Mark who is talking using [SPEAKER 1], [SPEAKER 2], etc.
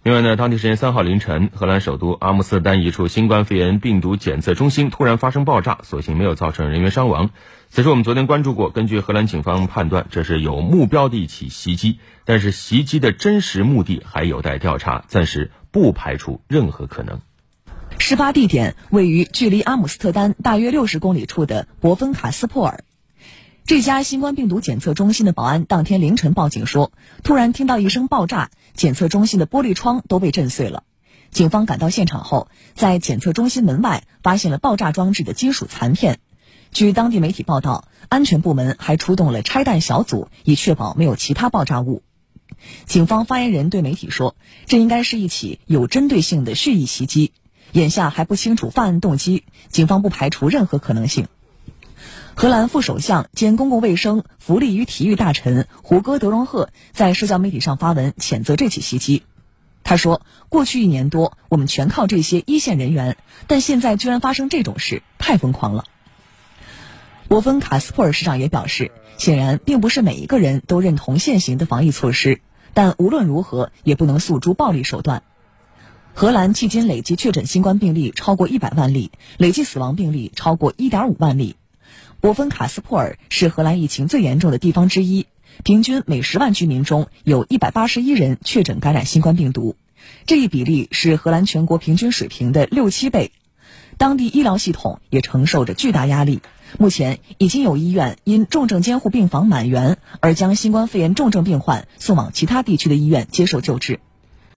[SPEAKER 1] 另外呢，当地时间3号凌晨，荷兰首都阿姆斯特丹一处新冠肺炎病毒检测中心突然发生爆炸，所幸没有造成人员伤亡。此事我们昨天关注过，根据荷兰警方判断，这是有目标的一起袭击，但是袭击的真实目的还有待调查，暂时不排除任何可能。
[SPEAKER 2] 事发地点位于距离阿姆斯特丹大约60公里处的博芬卡斯珀尔。这家新冠病毒检测中心的保安当天凌晨报警说，突然听到一声爆炸，检测中心的玻璃窗都被震碎了。警方赶到现场后，在检测中心门外发现了爆炸装置的金属残片。据当地媒体报道，安全部门还出动了拆弹小组，以确保没有其他爆炸物。警方发言人对媒体说，这应该是一起有针对性的蓄意袭击，眼下还不清楚犯案动机，警方不排除任何可能性。荷兰副首相兼公共卫生、福利与体育大臣胡戈·德容赫在社交媒体上发文谴责这起袭击。他说，过去1年多，我们全靠这些一线人员，但现在居然发生这种事，太疯狂了。博芬卡斯珀尔市长也表示，显然并不是每一个人都认同现行的防疫措施，但无论如何也不能诉诸暴力手段。荷兰迄今累计确诊新冠病例超过100万例，累计死亡病例超过1.5万例。博芬卡斯珀尔是荷兰疫情最严重的地方之一，平均每10万居民中有181人确诊感染新冠病毒，这一比例是荷兰全国平均水平的6-7倍。当地医疗系统也承受着巨大压力，目前已经有医院因重症监护病房满员而将新冠肺炎重症病患送往其他地区的医院接受救治。